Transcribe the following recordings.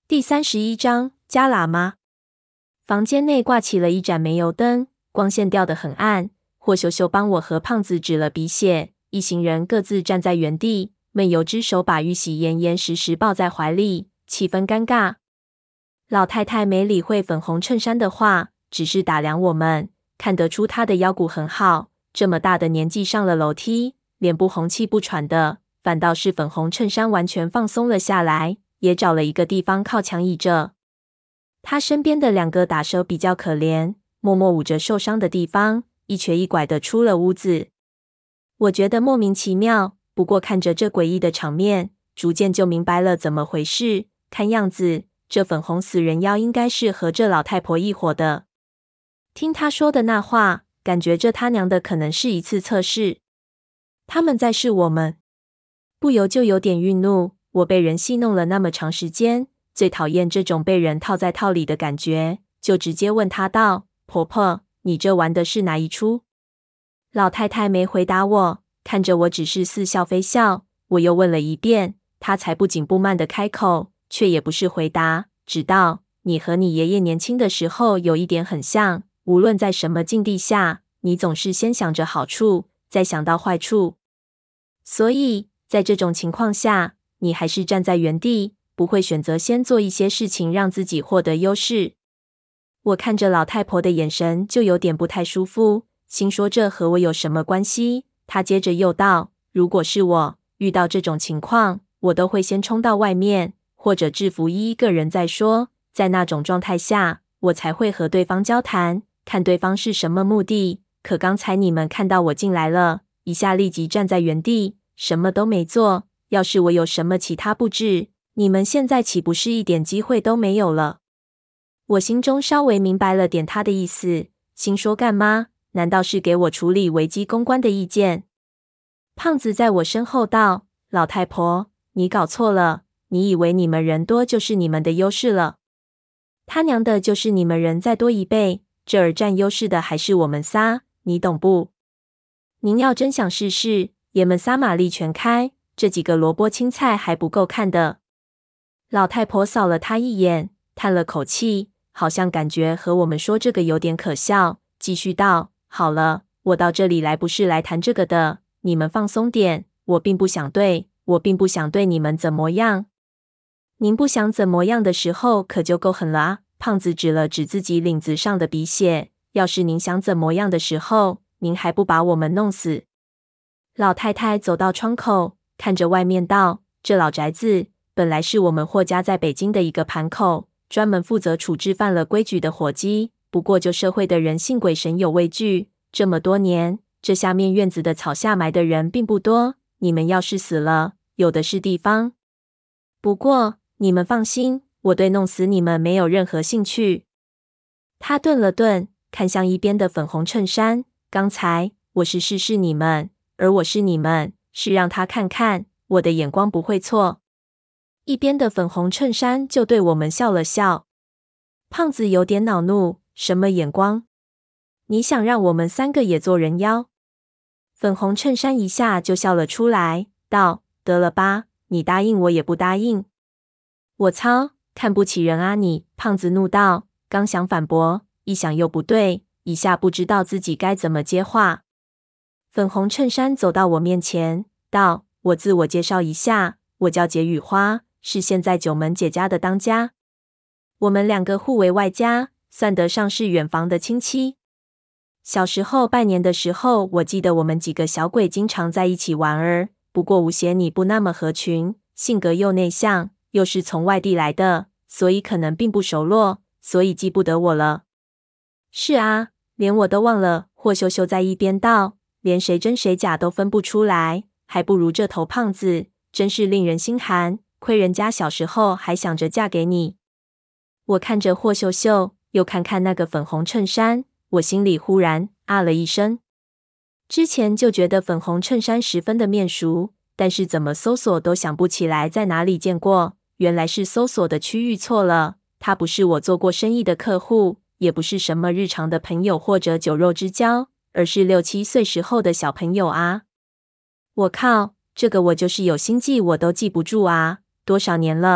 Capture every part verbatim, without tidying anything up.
第三十一章加喇嘛。房间内挂起了一盏煤油灯，光线掉得很暗。霍秀秀帮我和胖子止了鼻血，一行人各自站在原地，闷油之手把玉玺严严实实抱在怀里，气氛尴尬。老太太没理会粉红衬衫的话，只是打量我们，看得出她的腰骨很好，这么大的年纪上了楼梯，脸不红气不喘的，反倒是粉红衬衫完全放松了下来，也找了一个地方靠墙倚着。他身边的两个打手比较可怜，默默捂着受伤的地方，一瘸一拐的出了屋子。我觉得莫名其妙，不过看着这诡异的场面，逐渐就明白了怎么回事。看样子，这粉红死人妖应该是和这老太婆一伙的。听他说的那话，感觉这他娘的可能是一次测试。他们在试我们，不由就有点愠怒。我被人戏弄了那么长时间，最讨厌这种被人套在套里的感觉，就直接问他道：“婆婆，你这玩的是哪一出？”老太太没回答我，看着我只是似笑非笑。我又问了一遍，她才不紧不慢的开口，却也不是回答，只道：“你和你爷爷年轻的时候有一点很像，无论在什么境地下，你总是先想着好处，再想到坏处。所以，在这种情况下，你还是站在原地，不会选择先做一些事情让自己获得优势。”我看着老太婆的眼神就有点不太舒服，心说这和我有什么关系？她接着又道：“如果是我，遇到这种情况，我都会先冲到外面，或者制服一一个人再说。在那种状态下，我才会和对方交谈，看对方是什么目的。可刚才你们看到我进来了，一下立即站在原地，什么都没做。要是我有什么其他布置，你们现在岂不是一点机会都没有了？”我心中稍微明白了点他的意思，心说干妈，难道是给我处理危机公关的意见？胖子在我身后道：“老太婆，你搞错了，你以为你们人多就是你们的优势了？他娘的，就是你们人再多一倍，这儿占优势的还是我们仨，你懂不？您要真想试试，爷们仨马力全开，这几个萝卜青菜还不够看的。”老太婆扫了他一眼，叹了口气，好像感觉和我们说这个有点可笑，继续道：“好了，我到这里来不是来谈这个的，你们放松点，我并不想对，我并不想对你们怎么样。您不想怎么样的时候可就够狠了啊！”胖子指了指自己领子上的鼻血，要是您想怎么样的时候，您还不把我们弄死？老太太走到窗口，看着外面道：“这老宅子本来是我们霍家在北京的一个盘口，专门负责处置犯了规矩的伙计。不过就社会的人信鬼神有畏惧，这么多年，这下面院子的草下埋的人并不多。你们要是死了，有的是地方。不过你们放心，我对弄死你们没有任何兴趣。”他顿了顿，看向一边的粉红衬衫，刚才我是试试你们，而我是你们，是让他看看我的眼光不会错。一边的粉红衬衫就对我们笑了笑。胖子有点恼怒：“什么眼光？你想让我们三个也做人妖？”粉红衬衫一下就笑了出来，道：“得了吧，你答应我也不答应。”我操，看不起人啊你！胖子怒道，刚想反驳，一想又不对，一下不知道自己该怎么接话。粉红衬衫走到我面前，道：“我自我介绍一下，我叫解语花，是现在九门姐家的当家。我们两个互为外家，算得上是远房的亲戚。小时候拜年的时候，我记得我们几个小鬼经常在一起玩儿。不过吴邪你不那么合群，性格又内向，又是从外地来的，所以可能并不熟络，所以记不得我了。”“是啊，连我都忘了。”霍秀秀在一边道：“连谁真谁假都分不出来，还不如这头胖子，真是令人心寒。亏人家小时候还想着嫁给你。”我看着霍秀秀，又看看那个粉红衬衫，我心里忽然啊了一声。之前就觉得粉红衬衫十分的面熟，但是怎么搜索都想不起来在哪里见过。原来是搜索的区域错了，他不是我做过生意的客户，也不是什么日常的朋友或者酒肉之交，而是六七岁时候的小朋友啊！我靠，这个我就是有心记我都记不住啊！多少年了，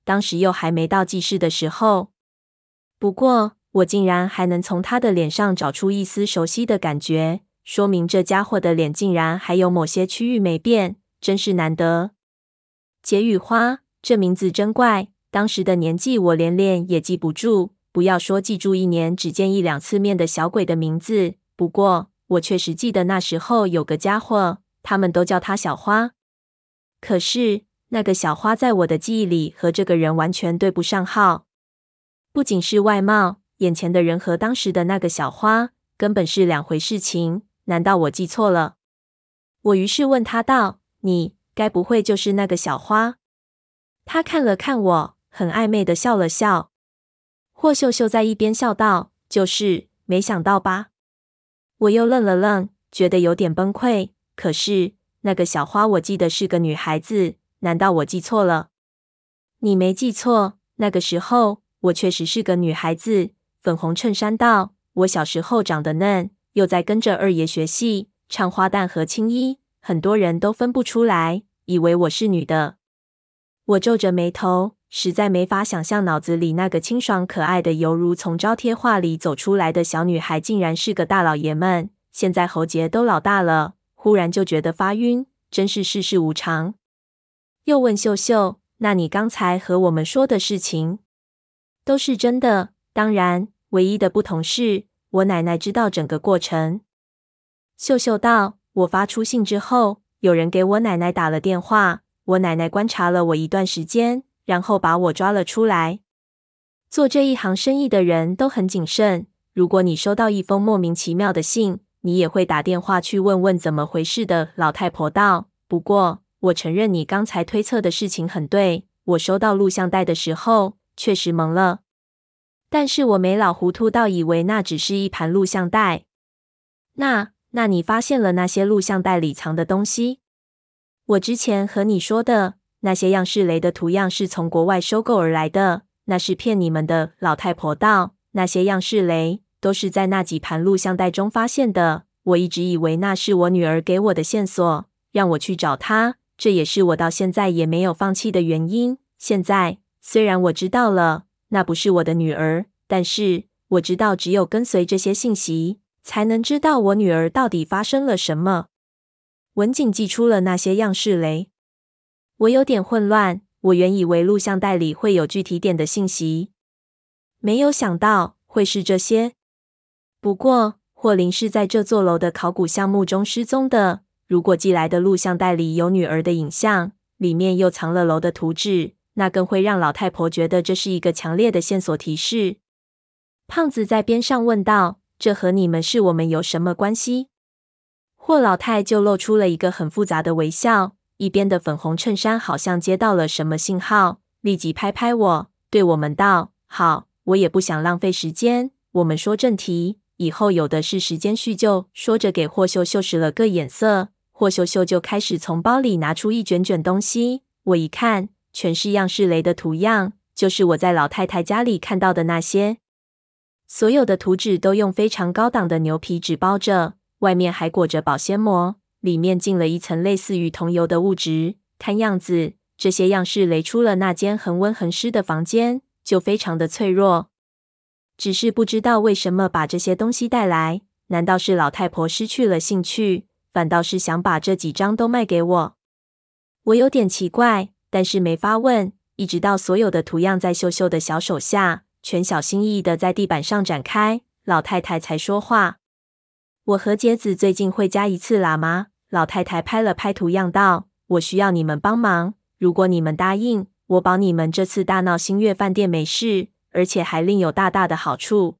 当时又还没到记事的时候。不过，我竟然还能从他的脸上找出一丝熟悉的感觉，说明这家伙的脸竟然还有某些区域没变，真是难得。解语花，这名字真怪，当时的年纪我连脸也记不住，不要说记住一年只见一两次面的小鬼的名字。不过，我确实记得那时候有个家伙，他们都叫他小花。可是，那个小花在我的记忆里和这个人完全对不上号。不仅是外貌，眼前的人和当时的那个小花根本是两回事情，难道我记错了？我于是问他道：“你该不会就是那个小花？”他看了看我，很暧昧的笑了笑。霍秀秀在一边笑道：“就是，没想到吧？”我又愣了愣，觉得有点崩溃。可是那个小花我记得是个女孩子，难道我记错了？你没记错，那个时候我确实是个女孩子。粉红衬衫道：“我小时候长得嫩，又在跟着二爷学戏，唱花旦和青衣，很多人都分不出来，以为我是女的。”我皱着眉头，实在没法想象脑子里那个清爽可爱的犹如从招贴画里走出来的小女孩竟然是个大老爷们。现在喉结都老大了，忽然就觉得发晕，真是世事无常。又问秀秀：“那你刚才和我们说的事情都是真的？”当然，唯一的不同是我奶奶知道整个过程。秀秀道：“我发出信之后，有人给我奶奶打了电话，我奶奶观察了我一段时间，然后把我抓了出来。做这一行生意的人都很谨慎，如果你收到一封莫名其妙的信，你也会打电话去问问怎么回事的。”老太婆道：“不过，我承认你刚才推测的事情很对，我收到录像带的时候，确实懵了。但是我没老糊涂到以为那只是一盘录像带。那，那你发现了那些录像带里藏的东西？我之前和你说的，那些样式雷的图样是从国外收购而来的，那是骗你们的。”老太婆道：“那些样式雷都是在那几盘录像带中发现的，我一直以为那是我女儿给我的线索，让我去找她，这也是我到现在也没有放弃的原因。现在，虽然我知道了那不是我的女儿，但是我知道只有跟随这些信息，才能知道我女儿到底发生了什么。”文景寄出了那些样式雷。我有点混乱，我原以为录像带里会有具体点的信息，没有想到会是这些。不过，霍林是在这座楼的考古项目中失踪的，如果寄来的录像带里有女儿的影像，里面又藏了楼的图纸，那更会让老太婆觉得这是一个强烈的线索提示。胖子在边上问道：“这和你们是我们有什么关系？”霍老太就露出了一个很复杂的微笑，一边的粉红衬衫好像接到了什么信号，立即拍拍我，对我们道：“好，我也不想浪费时间，我们说正题，以后有的是时间叙旧。”说着给霍秀秀使了个眼色，霍秀秀就开始从包里拿出一卷卷东西，我一看，全是样式雷的图样，就是我在老太太家里看到的那些。所有的图纸都用非常高档的牛皮纸包着，外面还裹着保鲜膜，里面浸了一层类似于桐油的物质。看样子，这些样式雷出了那间恒温恒湿的房间，就非常的脆弱。只是不知道为什么把这些东西带来，难道是老太婆失去了兴趣，反倒是想把这几张都卖给我？我有点奇怪，但是没发问，一直到所有的图样在秀秀的小手下全小心翼翼地在地板上展开，老太太才说话。我和杰子最近会加一次喇嘛。老太太拍了拍图样道：“我需要你们帮忙，如果你们答应，我保你们这次大闹星月饭店没事，而且还另有大大的好处。”